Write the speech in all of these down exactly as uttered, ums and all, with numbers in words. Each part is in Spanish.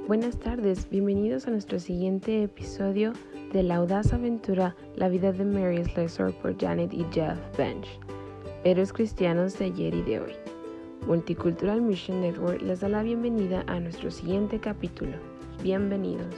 Buenas tardes, bienvenidos a nuestro siguiente episodio de la audaz aventura La vida de Mary Slessor por Janet y Jeff Bench, héroes cristianos de ayer y de hoy. Multicultural Mission Network les da la bienvenida a nuestro siguiente capítulo. Bienvenidos.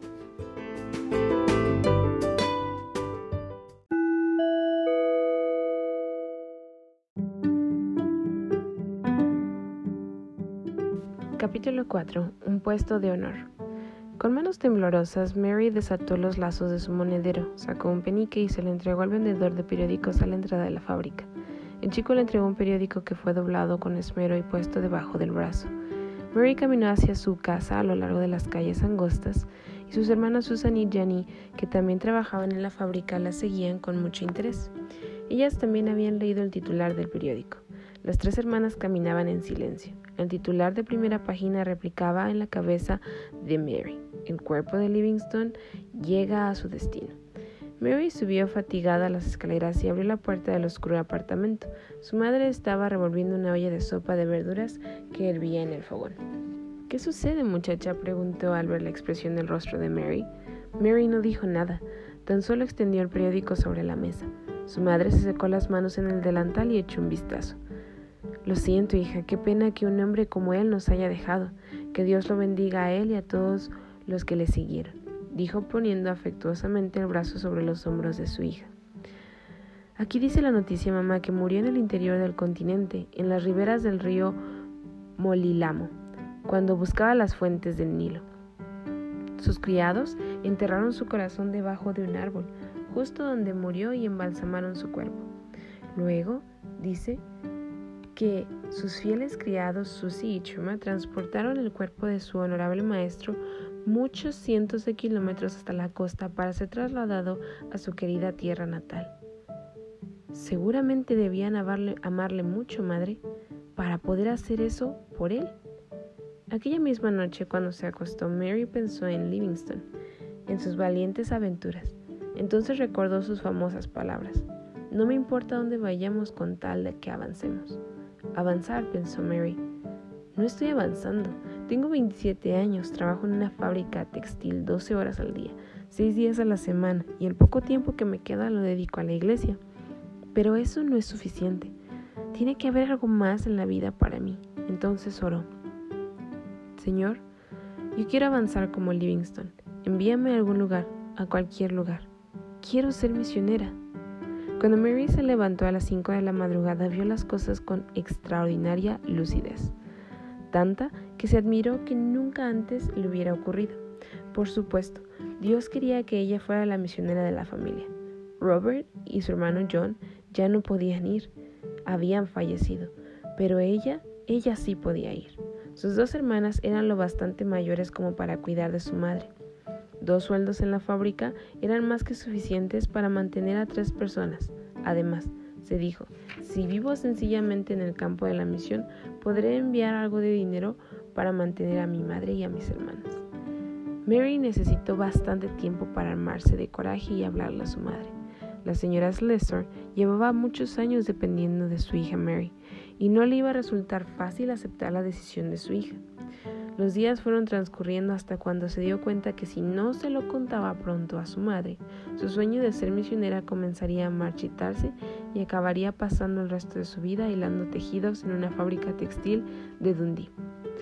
Capítulo cuatro. Un puesto de honor. Con manos temblorosas, Mary desató los lazos de su monedero, sacó un penique y se le entregó al vendedor de periódicos a la entrada de la fábrica. El chico le entregó un periódico que fue doblado con esmero y puesto debajo del brazo. Mary caminó hacia su casa a lo largo de las calles angostas, y sus hermanas Susan y Jenny, que también trabajaban en la fábrica, la seguían con mucho interés. Ellas también habían leído el titular del periódico. Las tres hermanas caminaban en silencio. El titular de primera página replicaba en la cabeza de Mary: el cuerpo de Livingston llega a su destino. Mary subió fatigada las escaleras y abrió la puerta del oscuro apartamento. Su madre estaba revolviendo una olla de sopa de verduras que hervía en el fogón. ¿Qué sucede, muchacha?, preguntó al ver la expresión del rostro de Mary. Mary no dijo nada, tan solo extendió el periódico sobre la mesa. Su madre se secó las manos en el delantal y echó un vistazo. Lo siento, hija, qué pena que un hombre como él nos haya dejado. Que Dios lo bendiga a él y a todos los que le siguieron, dijo poniendo afectuosamente el brazo sobre los hombros de su hija. Aquí dice la noticia, mamá, que murió en el interior del continente, en las riberas del río Molilamo, cuando buscaba las fuentes del Nilo. Sus criados enterraron su corazón debajo de un árbol, justo donde murió, y embalsamaron su cuerpo. Luego, dice, que sus fieles criados Susie y Chuma transportaron el cuerpo de su honorable maestro muchos cientos de kilómetros hasta la costa para ser trasladado a su querida tierra natal. Seguramente debían amarle, amarle mucho, madre, para poder hacer eso por él. Aquella misma noche, cuando se acostó, Mary pensó en Livingston, en sus valientes aventuras. Entonces recordó sus famosas palabras: no me importa dónde vayamos con tal de que avancemos. Avanzar, pensó Mary. No estoy avanzando. Tengo veintisiete años, trabajo en una fábrica textil doce horas al día, seis días a la semana, y el poco tiempo que me queda lo dedico a la iglesia. Pero eso no es suficiente. Tiene que haber algo más en la vida para mí. Entonces oró: Señor, yo quiero avanzar como Livingston. Envíame a algún lugar, a cualquier lugar. Quiero ser misionera. Cuando Mary se levantó a las cinco de la madrugada, vio las cosas con extraordinaria lucidez, tanta que se admiró que nunca antes le hubiera ocurrido. Por supuesto, Dios quería que ella fuera la misionera de la familia. Robert y su hermano John ya no podían ir, habían fallecido, pero ella, ella sí podía ir. Sus dos hermanas eran lo bastante mayores como para cuidar de su madre. Dos sueldos en la fábrica eran más que suficientes para mantener a tres personas. Además, se dijo, si vivo sencillamente en el campo de la misión, podré enviar algo de dinero para mantener a mi madre y a mis hermanas. Mary necesitó bastante tiempo para armarse de coraje y hablarle a su madre. La señora Slessor llevaba muchos años dependiendo de su hija Mary, y no le iba a resultar fácil aceptar la decisión de su hija. Los días fueron transcurriendo hasta cuando se dio cuenta que si no se lo contaba pronto a su madre, su sueño de ser misionera comenzaría a marchitarse y acabaría pasando el resto de su vida hilando tejidos en una fábrica textil de Dundee.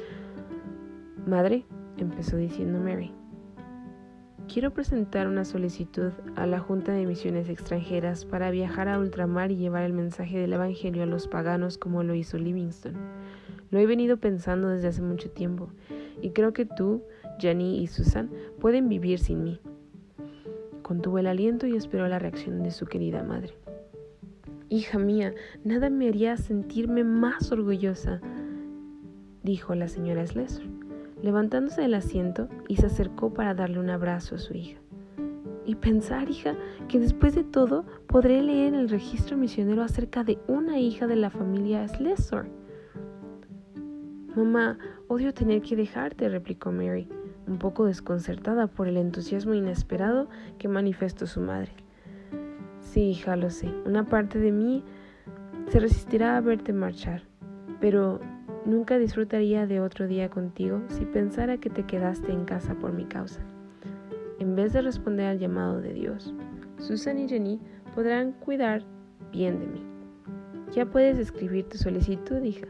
Madre, empezó diciendo Mary, quiero presentar una solicitud a la Junta de Misiones Extranjeras para viajar a ultramar y llevar el mensaje del Evangelio a los paganos como lo hizo Livingston. Lo he venido pensando desde hace mucho tiempo, y creo que tú, Jenny y Susan pueden vivir sin mí. Contuvo el aliento y esperó la reacción de su querida madre. Hija mía, nada me haría sentirme más orgullosa, dijo la señora Slessor, levantándose del asiento, y se acercó para darle un abrazo a su hija. Y pensar, hija, que después de todo podré leer en el registro misionero acerca de una hija de la familia Slessor. Mamá, odio tener que dejarte, replicó Mary, un poco desconcertada por el entusiasmo inesperado que manifestó su madre. Sí, hija, lo sé. Una parte de mí se resistirá a verte marchar, pero Nunca disfrutaría de otro día contigo si pensara que te quedaste en casa por mi causa. En vez de responder al llamado de Dios, Susan y Jenny podrán cuidar bien de mí. Ya puedes escribir tu solicitud, hija.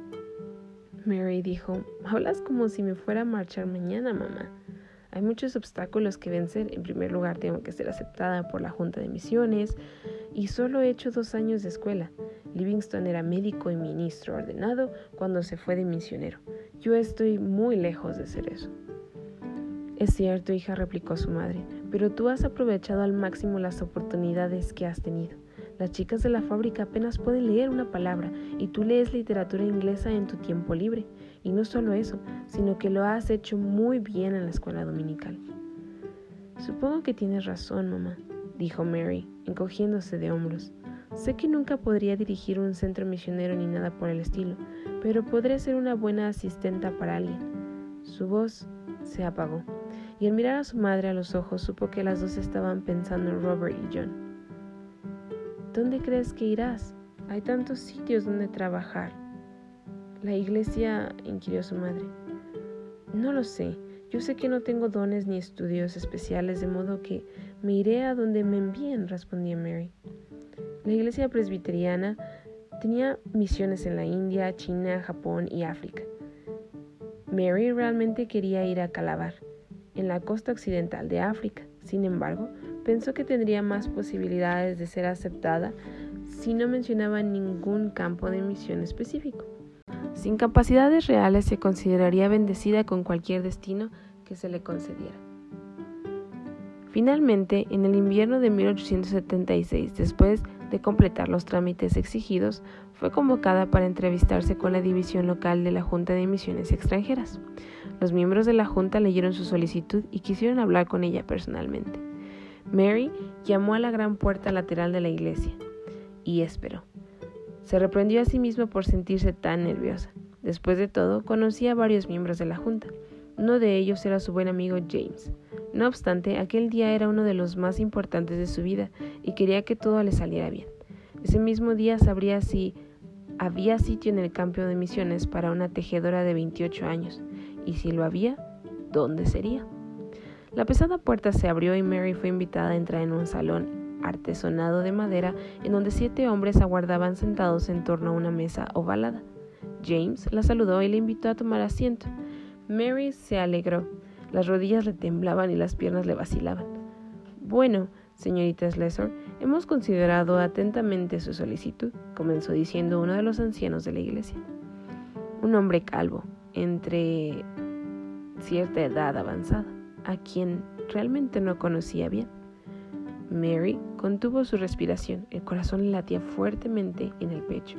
Mary dijo, hablas como si me fuera a marchar mañana, mamá. Hay muchos obstáculos que vencer. En primer lugar, tengo que ser aceptada por la Junta de Misiones y solo he hecho dos años de escuela. Livingston era médico y ministro ordenado cuando se fue de misionero. Yo estoy muy lejos de ser eso. Es cierto, hija, replicó su madre, pero tú has aprovechado al máximo las oportunidades que has tenido. Las chicas de la fábrica apenas pueden leer una palabra y tú lees literatura inglesa en tu tiempo libre. Y no solo eso, sino que lo has hecho muy bien en la escuela dominical. Supongo que tienes razón, mamá, dijo Mary, encogiéndose de hombros. Sé que nunca podría dirigir un centro misionero ni nada por el estilo, pero podré ser una buena asistenta para alguien. Su voz se apagó, y al mirar a su madre a los ojos supo que las dos estaban pensando en Robert y John. ¿Dónde crees que irás? Hay tantos sitios donde trabajar. ¿La iglesia?, inquirió su madre. No lo sé. Yo sé que no tengo dones ni estudios especiales, de modo que me iré a donde me envíen, respondió Mary. La iglesia presbiteriana tenía misiones en la India, China, Japón y África. Mary realmente quería ir a Calabar, en la costa occidental de África. Sin embargo, pensó que tendría más posibilidades de ser aceptada si no mencionaba ningún campo de misión específico. Sin capacidades reales se consideraría bendecida con cualquier destino que se le concediera. Finalmente, en el invierno de mil ochocientos setenta y seis, después de completar los trámites exigidos, fue convocada para entrevistarse con la división local de la Junta de Misiones Extranjeras. Los miembros de la Junta leyeron su solicitud y quisieron hablar con ella personalmente. Mary llamó a la gran puerta lateral de la iglesia y esperó. Se reprendió a sí misma por sentirse tan nerviosa. Después de todo, conocía a varios miembros de la Junta. Uno de ellos era su buen amigo James. No obstante, aquel día era uno de los más importantes de su vida y quería que todo le saliera bien. Ese mismo día sabría si había sitio en el campo de misiones para una tejedora de veintiocho años, y si lo había, ¿dónde sería? La pesada puerta se abrió y Mary fue invitada a entrar en un salón artesonado de madera en donde siete hombres aguardaban sentados en torno a una mesa ovalada. James la saludó y le invitó a tomar asiento. Mary se alegró. Las rodillas le temblaban y las piernas le vacilaban. Bueno, señorita Slessor, hemos considerado atentamente su solicitud, comenzó diciendo uno de los ancianos de la iglesia. Un hombre calvo, entre cierta edad avanzada, a quien realmente no conocía bien. Mary contuvo su respiración, el corazón le latía fuertemente en el pecho.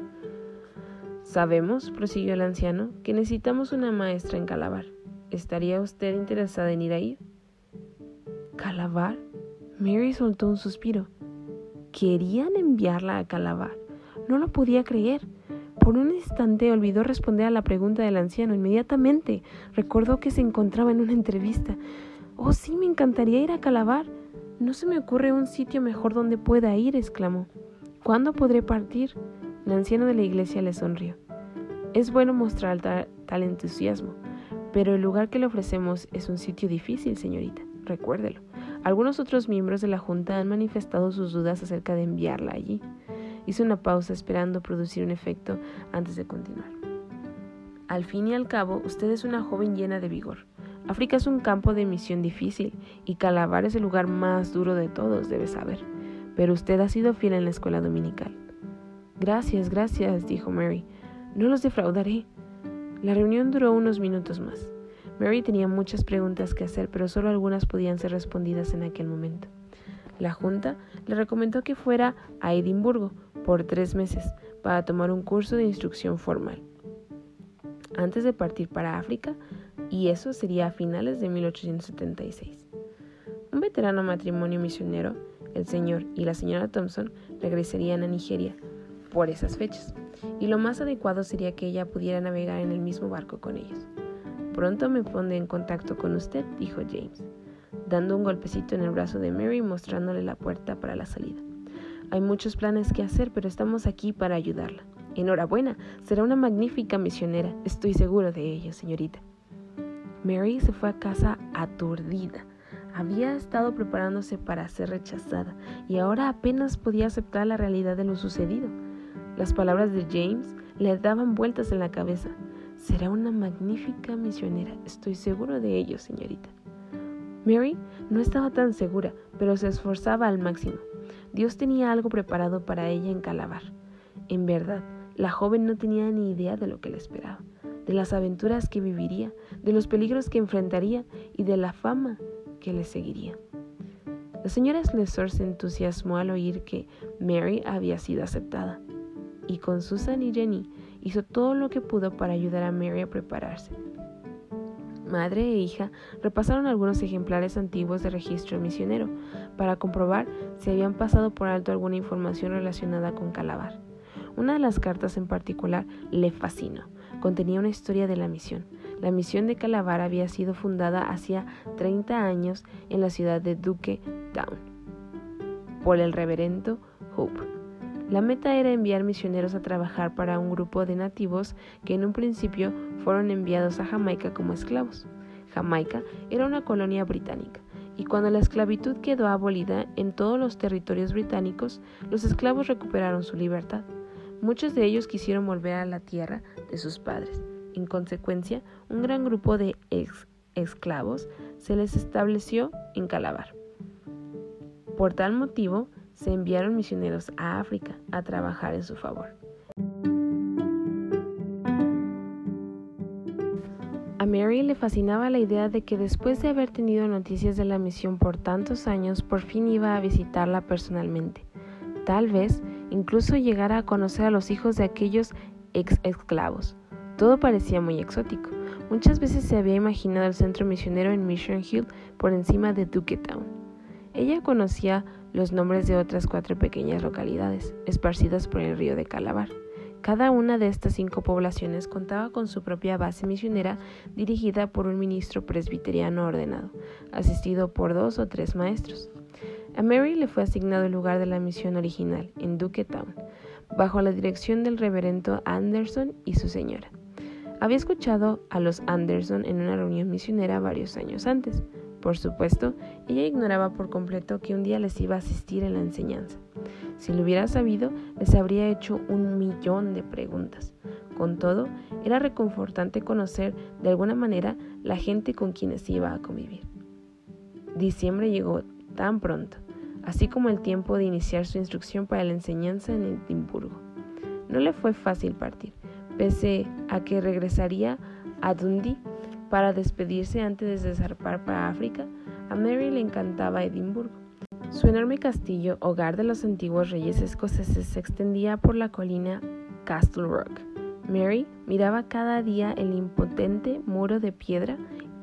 Sabemos, prosiguió el anciano, que necesitamos una maestra en Calabar. ¿Estaría usted interesada en ir ahí? ¿Calabar? Mary soltó un suspiro. ¿Querían enviarla a Calabar? No lo podía creer. Por un instante olvidó responder a la pregunta del anciano. Inmediatamente recordó que se encontraba en una entrevista. «Oh, sí, me encantaría ir a Calabar. No se me ocurre un sitio mejor donde pueda ir», exclamó. «¿Cuándo podré partir?» El anciano de la iglesia le sonrió. «Es bueno mostrar tal, tal entusiasmo, pero el lugar que le ofrecemos es un sitio difícil, señorita. Recuérdelo. Algunos otros miembros de la Junta han manifestado sus dudas acerca de enviarla allí». Hizo una pausa esperando producir un efecto antes de continuar. «Al fin y al cabo, usted es una joven llena de vigor. África es un campo de misión difícil y Calabar es el lugar más duro de todos, debe saber. Pero usted ha sido fiel en la escuela dominical». «Gracias, gracias», dijo Mary. «No los defraudaré». La reunión duró unos minutos más. Mary tenía muchas preguntas que hacer, pero solo algunas podían ser respondidas en aquel momento. La Junta le recomendó que fuera a Edimburgo por tres meses para tomar un curso de instrucción formal antes de partir para África, y eso sería a finales de mil ochocientos setenta y seis. Un veterano matrimonio misionero, el señor y la señora Thompson, regresarían a Nigeria por esas fechas, y lo más adecuado sería que ella pudiera navegar en el mismo barco con ellos. «Pronto me pondré en contacto con usted», dijo James, dando un golpecito en el brazo de Mary y mostrándole la puerta para la salida. «Hay muchos planes que hacer, pero estamos aquí para ayudarla». Enhorabuena, será una magnífica misionera, estoy seguro de ello, señorita. Mary se fue a casa aturdida. Había estado preparándose para ser rechazada y ahora apenas podía aceptar la realidad de lo sucedido. Las palabras de James le daban vueltas en la cabeza. Será una magnífica misionera, estoy seguro de ello, señorita. Mary no estaba tan segura, pero se esforzaba al máximo. Dios tenía algo preparado para ella en Calabar. En verdad, la joven no tenía ni idea de lo que le esperaba, de las aventuras que viviría, de los peligros que enfrentaría y de la fama que le seguiría. La señora Slessor se entusiasmó al oír que Mary había sido aceptada, y con Susan y Jenny hizo todo lo que pudo para ayudar a Mary a prepararse. Madre e hija repasaron algunos ejemplares antiguos de registro misionero para comprobar si habían pasado por alto alguna información relacionada con Calabar. Una de las cartas en particular le fascinó. Contenía una historia de la misión. La misión de Calabar había sido fundada hacía treinta años en la ciudad de Duke Town por el reverendo Hope. La meta era enviar misioneros a trabajar para un grupo de nativos que en un principio fueron enviados a Jamaica como esclavos. Jamaica era una colonia británica, y cuando la esclavitud quedó abolida en todos los territorios británicos, los esclavos recuperaron su libertad. Muchos de ellos quisieron volver a la tierra de sus padres. En consecuencia, un gran grupo de ex esclavos se les estableció en Calabar. Por tal motivo, se enviaron misioneros a África a trabajar en su favor. A Mary le fascinaba la idea de que después de haber tenido noticias de la misión por tantos años, por fin iba a visitarla personalmente. Tal vez incluso llegara a conocer a los hijos de aquellos ex-esclavos. Todo parecía muy exótico. Muchas veces se había imaginado el centro misionero en Mission Hill por encima de Duketown. Ella conocía los nombres de otras cuatro pequeñas localidades, esparcidas por el río de Calabar. Cada una de estas cinco poblaciones contaba con su propia base misionera dirigida por un ministro presbiteriano ordenado, asistido por dos o tres maestros. A Mary le fue asignado el lugar de la misión original, en Duketown, bajo la dirección del reverendo Anderson y su señora. Había escuchado a los Anderson en una reunión misionera varios años antes. Por supuesto, ella ignoraba por completo que un día les iba a asistir en la enseñanza. Si lo hubiera sabido, les habría hecho un millón de preguntas. Con todo, era reconfortante conocer de alguna manera la gente con quienes iba a convivir. Diciembre llegó tan pronto, así como el tiempo de iniciar su instrucción para la enseñanza en Edimburgo. No le fue fácil partir, pese a que regresaría a Dundee para despedirse antes de zarpar para África. A Mary le encantaba Edimburgo. Su enorme castillo, hogar de los antiguos reyes escoceses, se extendía por la colina Castle Rock. Mary miraba cada día el impotente muro de piedra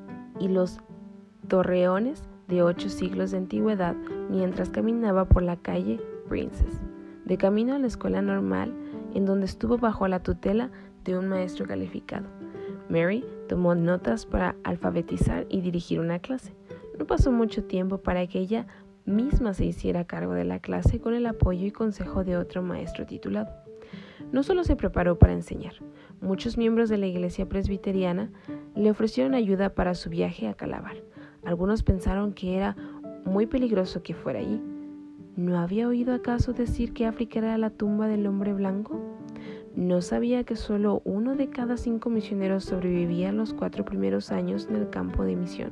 y los torreones de ocho siglos de antigüedad mientras caminaba por la calle Princess, de camino a la escuela normal, en donde estuvo bajo la tutela de un maestro calificado. Mary tomó notas para alfabetizar y dirigir una clase. No pasó mucho tiempo para que ella misma se hiciera cargo de la clase con el apoyo y consejo de otro maestro titulado. No solo se preparó para enseñar, muchos miembros de la iglesia presbiteriana le ofrecieron ayuda para su viaje a Calabar. Algunos pensaron que era muy peligroso que fuera allí. ¿No había oído acaso decir que África era la tumba del hombre blanco? ¿No sabía que solo uno de cada cinco misioneros sobrevivía los cuatro primeros años en el campo de misión?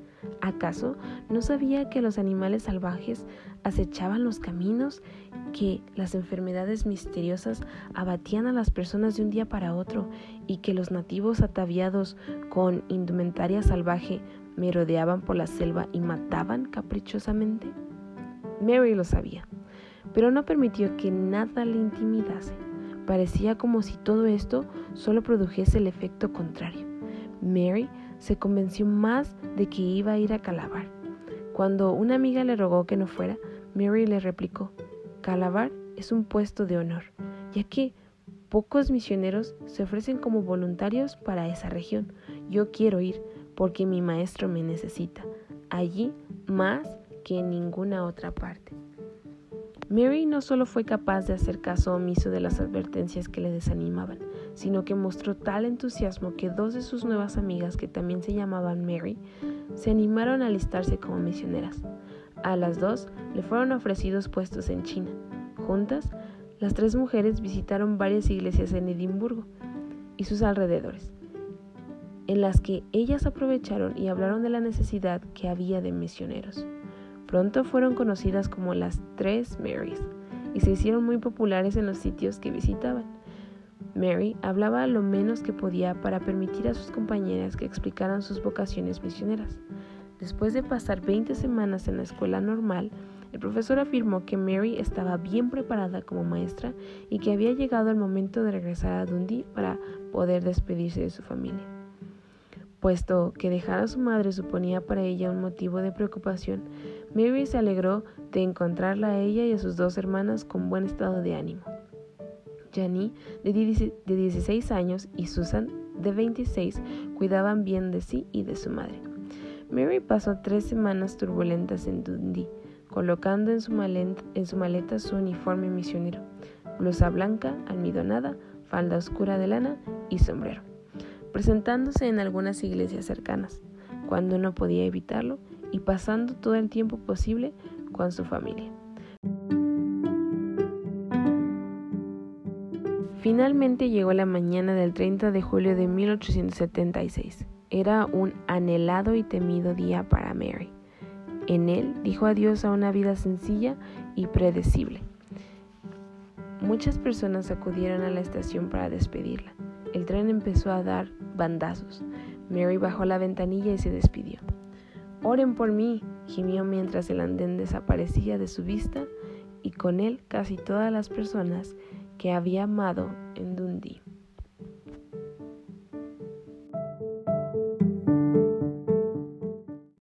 ¿Acaso no sabía que los animales salvajes acechaban los caminos, que las enfermedades misteriosas abatían a las personas de un día para otro y que los nativos ataviados con indumentaria salvaje merodeaban por la selva y mataban caprichosamente? Mary lo sabía, pero no permitió que nada le intimidase. Parecía como si todo esto solo produjese el efecto contrario. Mary se convenció más de que iba a ir a Calabar. Cuando una amiga le rogó que no fuera, Mary le replicó: Calabar es un puesto de honor, ya que pocos misioneros se ofrecen como voluntarios para esa región. Yo quiero ir porque mi maestro me necesita allí más que en ninguna otra parte. Mary no solo fue capaz de hacer caso omiso de las advertencias que le desanimaban, sino que mostró tal entusiasmo que dos de sus nuevas amigas, que también se llamaban Mary, se animaron a alistarse como misioneras. A las dos le fueron ofrecidos puestos en China. Juntas, las tres mujeres visitaron varias iglesias en Edimburgo y sus alrededores, en las que ellas aprovecharon y hablaron de la necesidad que había de misioneros. Pronto fueron conocidas como las Tres Marys y se hicieron muy populares en los sitios que visitaban. Mary hablaba lo menos que podía para permitir a sus compañeras que explicaran sus vocaciones misioneras. Después de pasar veinte semanas en la escuela normal, el profesor afirmó que Mary estaba bien preparada como maestra y que había llegado el momento de regresar a Dundee para poder despedirse de su familia. Puesto que dejar a su madre suponía para ella un motivo de preocupación, Mary se alegró de encontrarla a ella y a sus dos hermanas con buen estado de ánimo. Janie, de dieciséis años, y Susan, de veintiséis, cuidaban bien de sí y de su madre. Mary pasó tres semanas turbulentas en Dundee, colocando en su maleta, en su maleta su uniforme misionero, blusa blanca, almidonada, falda oscura de lana y sombrero, presentándose en algunas iglesias cercanas, cuando no podía evitarlo, y pasando todo el tiempo posible con su familia. Finalmente llegó la mañana del treinta de julio de mil ochocientos setenta y seis. Era un anhelado y temido día para Mary. En él dijo adiós a una vida sencilla y predecible. Muchas personas acudieron a la estación para despedirla. El tren empezó a dar bandazos. Mary bajó la ventanilla y se despidió. «Oren por mí», gimió mientras el andén desaparecía de su vista y con él casi todas las personas que había amado en Dundee.